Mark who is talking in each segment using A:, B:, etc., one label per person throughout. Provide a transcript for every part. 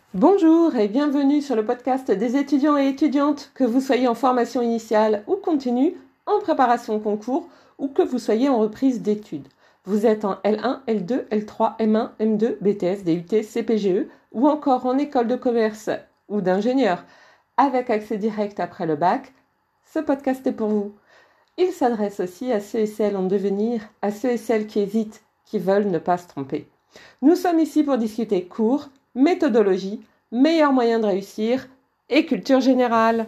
A: Bonjour et bienvenue sur le podcast des étudiants et étudiantes, que vous soyez en formation initiale ou continue, en préparation au concours ou que vous soyez en reprise d'études. Vous êtes en L1, L2, L3, M1, M2, BTS, DUT, CPGE ou encore en école de commerce ou d'ingénieur avec accès direct après le bac. Ce podcast est pour vous. Il s'adresse aussi à ceux et celles en devenir, à ceux et celles qui hésitent, qui veulent ne pas se tromper. Nous sommes ici pour discuter cours, méthodologie, meilleurs moyens de réussir et culture générale.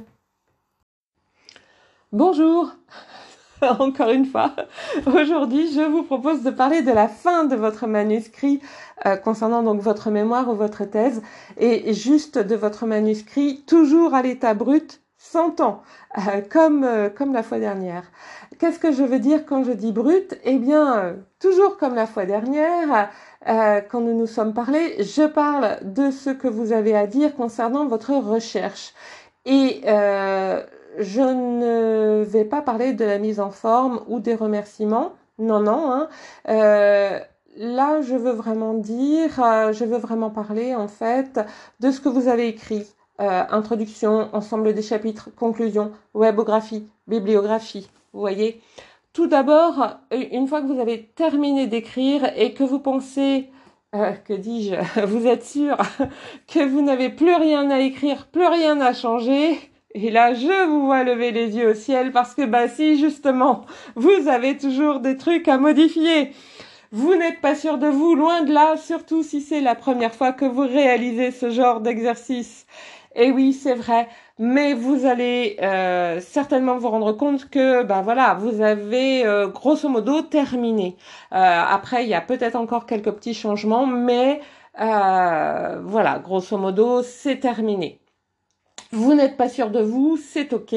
A: Bonjour, encore une fois. Aujourd'hui, je vous propose de parler de la fin de votre manuscrit concernant donc votre mémoire ou votre thèse et juste de votre manuscrit toujours à l'état brut, sans temps, comme la fois dernière. Qu'est-ce que je veux dire quand je dis brut ? Eh bien, toujours comme la fois dernière, quand nous nous sommes parlé, je parle de ce que vous avez à dire concernant votre recherche. Et je ne vais pas parler de la mise en forme ou des remerciements. Non. Là, je veux vraiment parler en fait de ce que vous avez écrit. Introduction, ensemble des chapitres, conclusion, webographie, bibliographie. Vous voyez ? Tout d'abord, une fois que vous avez terminé d'écrire et que vous pensez, vous êtes sûr que vous n'avez plus rien à écrire, plus rien à changer, et là, je vous vois lever les yeux au ciel parce que, si, justement, vous avez toujours des trucs à modifier. Vous n'êtes pas sûr de vous, loin de là, surtout si c'est la première fois que vous réalisez ce genre d'exercice. Et oui, c'est vrai, mais vous allez certainement vous rendre compte que vous avez grosso modo terminé. Après, il y a peut-être encore quelques petits changements, mais grosso modo, c'est terminé. Vous n'êtes pas sûr de vous, c'est ok.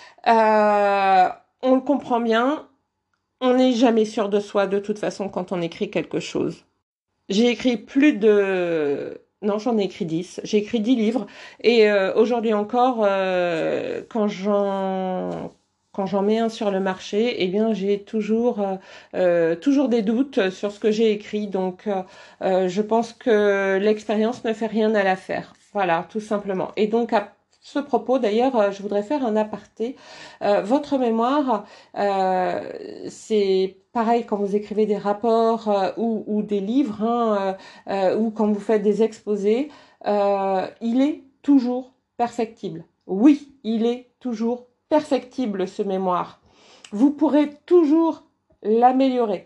A: On le comprend bien. On n'est jamais sûr de soi de toute façon quand on écrit quelque chose. J'ai écrit j'en ai écrit 10. J'ai écrit 10 livres. Et aujourd'hui encore, quand j'en mets un sur le marché, eh bien, j'ai toujours des doutes sur ce que j'ai écrit. Donc, je pense que l'expérience ne fait rien à l'affaire. Voilà, tout simplement. Et donc, à ce propos, d'ailleurs, je voudrais faire un aparté. Votre mémoire, c'est pareil quand vous écrivez des rapports ou des livres, ou quand vous faites des exposés, il est toujours perfectible. Oui, il est toujours perfectible, ce mémoire. Vous pourrez toujours l'améliorer.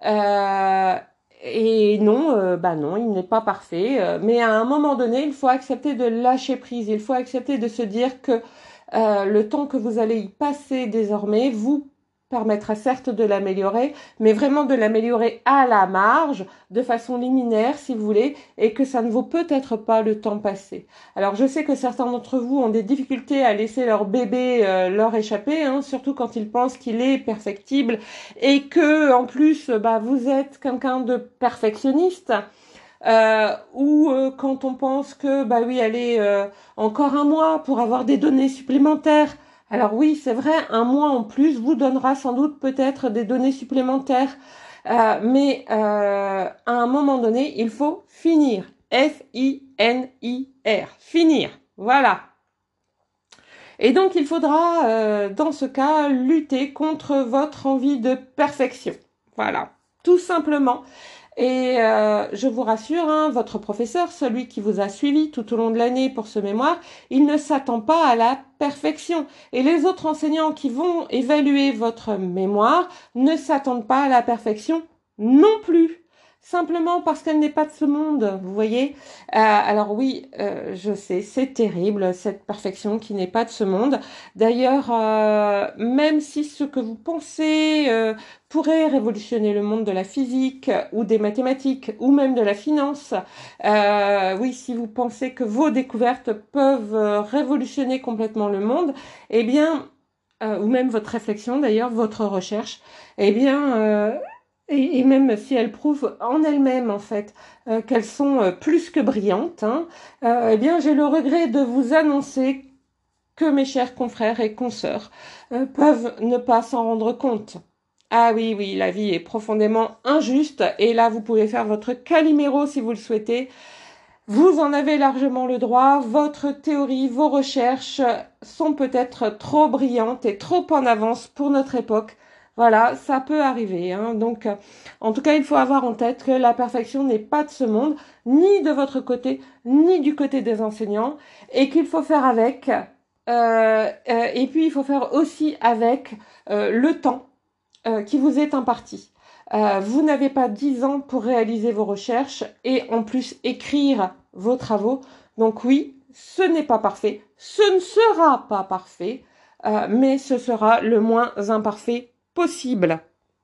A: Et non, non, il n'est pas parfait. Mais à un moment donné, il faut accepter de lâcher prise. Il faut accepter de se dire que le temps que vous allez y passer désormais vous permettra certes de l'améliorer, mais vraiment de l'améliorer à la marge, de façon liminaire si vous voulez, et que ça ne vaut peut-être pas le temps passé. Alors je sais que certains d'entre vous ont des difficultés à laisser leur bébé leur échapper, surtout quand ils pensent qu'il est perfectible, et que en plus vous êtes quelqu'un de perfectionniste. Ou quand on pense que allez, encore un mois pour avoir des données supplémentaires. Alors oui, c'est vrai, un mois en plus vous donnera sans doute peut-être des données supplémentaires, mais à un moment donné, il faut finir. F-I-N-I-R. Finir. Voilà. Et donc il faudra, dans ce cas, lutter contre votre envie de perfection. Voilà. Tout simplement. Et je vous rassure, votre professeur, celui qui vous a suivi tout au long de l'année pour ce mémoire, il ne s'attend pas à la perfection. Et les autres enseignants qui vont évaluer votre mémoire ne s'attendent pas à la perfection non plus. Simplement parce qu'elle n'est pas de ce monde, vous voyez. Alors oui, je sais, c'est terrible, cette perfection qui n'est pas de ce monde. D'ailleurs, même si ce que vous pensez pourrait révolutionner le monde de la physique ou des mathématiques ou même de la finance, oui, si vous pensez que vos découvertes peuvent révolutionner complètement le monde, eh bien, ou même votre réflexion d'ailleurs, votre recherche, eh bien... Et même si elles prouvent en elles-mêmes, en fait, qu'elles sont plus que brillantes, eh bien, j'ai le regret de vous annoncer que mes chers confrères et consoeurs peuvent ne pas s'en rendre compte. Ah oui, la vie est profondément injuste, et là, vous pouvez faire votre Calimero si vous le souhaitez. Vous en avez largement le droit, votre théorie, vos recherches sont peut-être trop brillantes et trop en avance pour notre époque. Voilà, ça peut arriver, hein. Donc, en tout cas, il faut avoir en tête que la perfection n'est pas de ce monde, ni de votre côté, ni du côté des enseignants, et qu'il faut faire avec. Et puis, il faut faire aussi avec le temps qui vous est imparti. Vous n'avez pas 10 ans pour réaliser vos recherches et en plus écrire vos travaux. Donc oui, ce n'est pas parfait, ce ne sera pas parfait, mais ce sera le moins imparfait possible.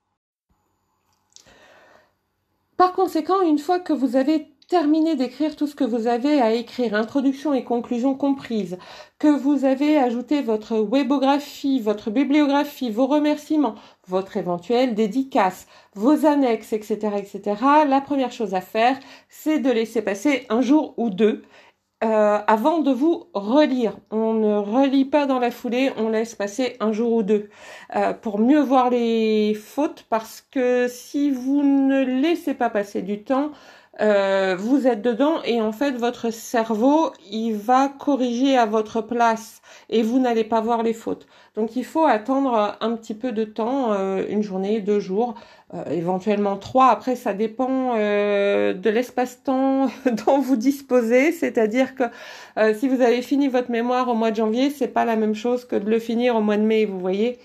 A: Par conséquent, une fois que vous avez terminé d'écrire tout ce que vous avez à écrire, introduction et conclusion comprises, que vous avez ajouté votre webographie, votre bibliographie, vos remerciements, votre éventuelle dédicace, vos annexes, etc., etc., la première chose à faire, c'est de laisser passer un jour ou deux avant de vous relire. On ne relit pas dans la foulée, on laisse passer un jour ou deux pour mieux voir les fautes, parce que si vous ne laissez pas passer du temps, vous êtes dedans et en fait votre cerveau il va corriger à votre place et vous n'allez pas voir les fautes. Donc il faut attendre un petit peu de temps, une journée, 2 jours, éventuellement 3. Après ça dépend de l'espace-temps dont vous disposez, c'est-à-dire que si vous avez fini votre mémoire au mois de janvier, c'est pas la même chose que de le finir au mois de mai, vous voyez.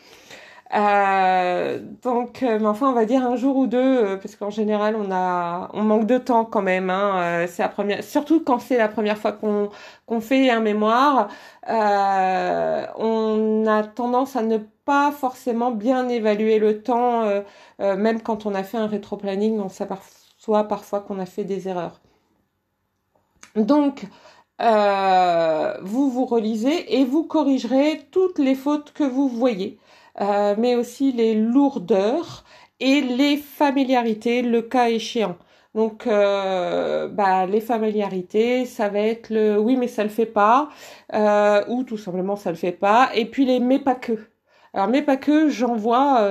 A: Mais enfin, on va dire un jour ou deux, parce qu'en général, on manque de temps quand même, hein. C'est la première, surtout quand c'est la première fois qu'on fait un mémoire, on a tendance à ne pas forcément bien évaluer le temps, même quand on a fait un rétro-planning, on s'aperçoit parfois qu'on a fait des erreurs. Donc, vous relisez et vous corrigerez toutes les fautes que vous voyez. Mais aussi les lourdeurs et les familiarités, le cas échéant. Donc, les familiarités, ça va être le oui, mais ça le fait pas, ou tout simplement ça le fait pas. Et puis les mais pas que. Alors, mais pas que, j'en vois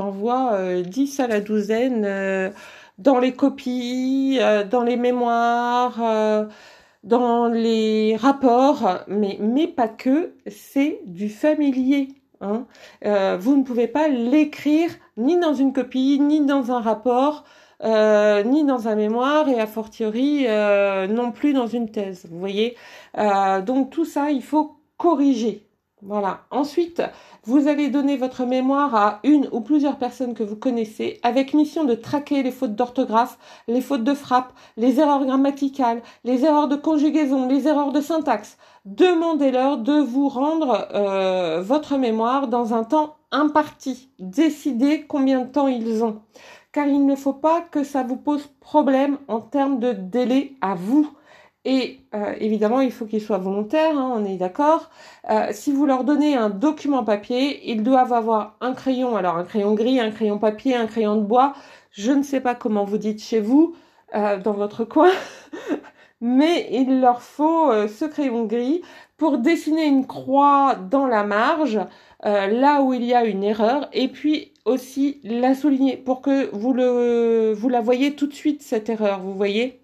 A: 10 à la douzaine dans les copies, dans les mémoires, dans les rapports, mais pas que, c'est du familier. Hein. Vous ne pouvez pas l'écrire ni dans une copie, ni dans un rapport, ni dans un mémoire, et a fortiori non plus dans une thèse. Vous voyez, donc tout ça, il faut corriger. Voilà. Ensuite, vous allez donner votre mémoire à une ou plusieurs personnes que vous connaissez, avec mission de traquer les fautes d'orthographe, les fautes de frappe, les erreurs grammaticales, les erreurs de conjugaison, les erreurs de syntaxe. Demandez-leur de vous rendre votre mémoire dans un temps imparti. Décidez combien de temps ils ont. Car il ne faut pas que ça vous pose problème en termes de délai à vous. Et évidemment, il faut qu'ils soient volontaires, hein, on est d'accord. Si vous leur donnez un document papier, ils doivent avoir un crayon, alors un crayon gris, un crayon papier, un crayon de bois. Je ne sais pas comment vous dites chez vous, dans votre coin, mais il leur faut ce crayon gris pour dessiner une croix dans la marge, là où il y a une erreur, et puis aussi la souligner pour que vous la voyez tout de suite, cette erreur, vous voyez.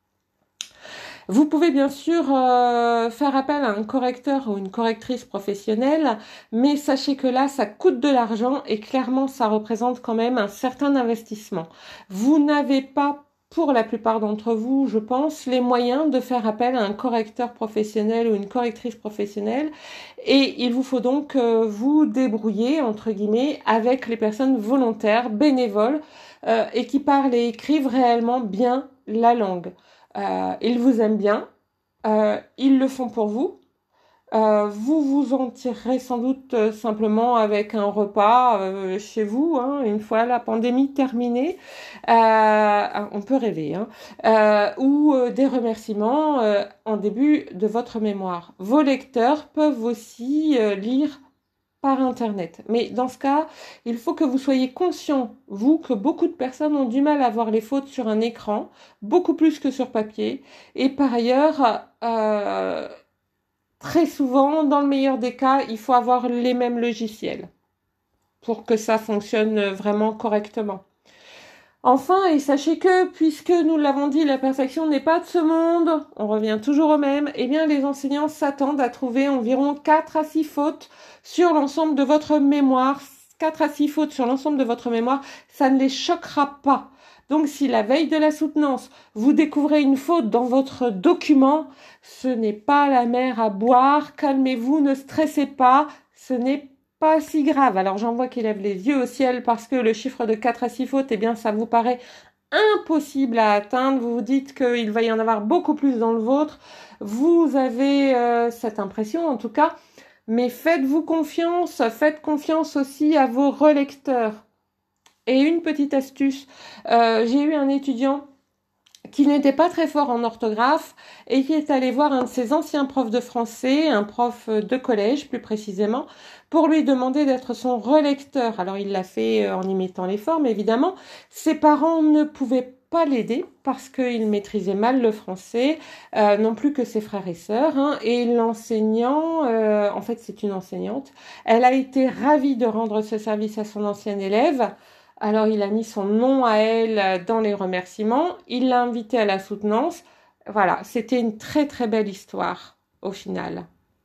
A: Vous pouvez bien sûr faire appel à un correcteur ou une correctrice professionnelle, mais sachez que là, ça coûte de l'argent et clairement, ça représente quand même un certain investissement. Vous n'avez pas, pour la plupart d'entre vous, je pense, les moyens de faire appel à un correcteur professionnel ou une correctrice professionnelle, et il vous faut donc vous débrouiller, entre guillemets, avec les personnes volontaires, bénévoles, et qui parlent et écrivent réellement bien la langue. Ils vous aiment bien, ils le font pour vous. Vous vous en tirerez sans doute simplement avec un repas chez vous, hein, une fois la pandémie terminée. On peut rêver, hein, ou des remerciements en début de votre mémoire. Vos lecteurs peuvent aussi lire par Internet. Mais dans ce cas, il faut que vous soyez conscient, vous, que beaucoup de personnes ont du mal à voir les fautes sur un écran, beaucoup plus que sur papier. Et par ailleurs, très souvent, dans le meilleur des cas, il faut avoir les mêmes logiciels pour que ça fonctionne vraiment correctement. Enfin, et sachez que, puisque nous l'avons dit, la perfection n'est pas de ce monde, on revient toujours au même, eh bien les enseignants s'attendent à trouver environ 4 à 6 fautes sur l'ensemble de votre mémoire. 4 à 6 fautes sur l'ensemble de votre mémoire, ça ne les choquera pas. Donc si la veille de la soutenance, vous découvrez une faute dans votre document, ce n'est pas la mer à boire, calmez-vous, ne stressez pas, ce n'est pas si grave. Alors j'en vois qui lèvent les yeux au ciel parce que le chiffre de 4 à 6 fautes, eh bien ça vous paraît impossible à atteindre. Vous vous dites qu'il va y en avoir beaucoup plus dans le vôtre. Vous avez cette impression en tout cas. Mais faites-vous confiance, faites confiance aussi à vos relecteurs. Et une petite astuce, j'ai eu un étudiant qui n'était pas très fort en orthographe et qui est allé voir un de ses anciens profs de français, un prof de collège plus précisément, pour lui demander d'être son relecteur. Alors il l'a fait en imitant les formes évidemment. Ses parents ne pouvaient pas l'aider parce qu'il maîtrisait mal le français, non plus que ses frères et sœurs. Hein. Et l'enseignant, en fait c'est une enseignante, elle a été ravie de rendre ce service à son ancien élève. Alors, il a mis son nom à elle dans les remerciements. Il l'a invitée à la soutenance. Voilà, c'était une très très belle histoire au final.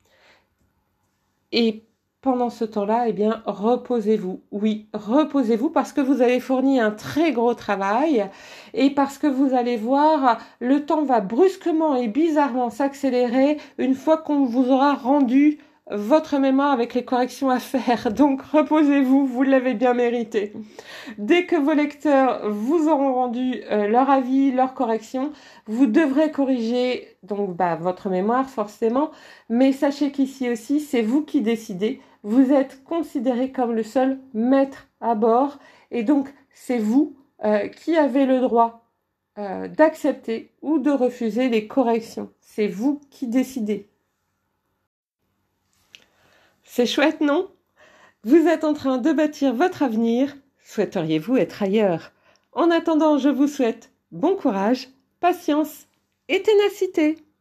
A: Et pendant ce temps-là, eh bien, reposez-vous. Oui, reposez-vous parce que vous avez fourni un très gros travail et parce que vous allez voir, le temps va brusquement et bizarrement s'accélérer une fois qu'on vous aura rendu votre mémoire avec les corrections à faire. Donc, reposez-vous, vous l'avez bien mérité. Dès que vos lecteurs vous auront rendu leur avis, leur correction, vous devrez corriger donc votre mémoire forcément, mais sachez qu'ici aussi, c'est vous qui décidez. Vous êtes considéré comme le seul maître à bord et donc c'est vous qui avez le droit d'accepter ou de refuser les corrections. C'est vous qui décidez. C'est chouette, non ? Vous êtes en train de bâtir votre avenir. Souhaiteriez-vous être ailleurs ? En attendant, je vous souhaite bon courage, patience et ténacité.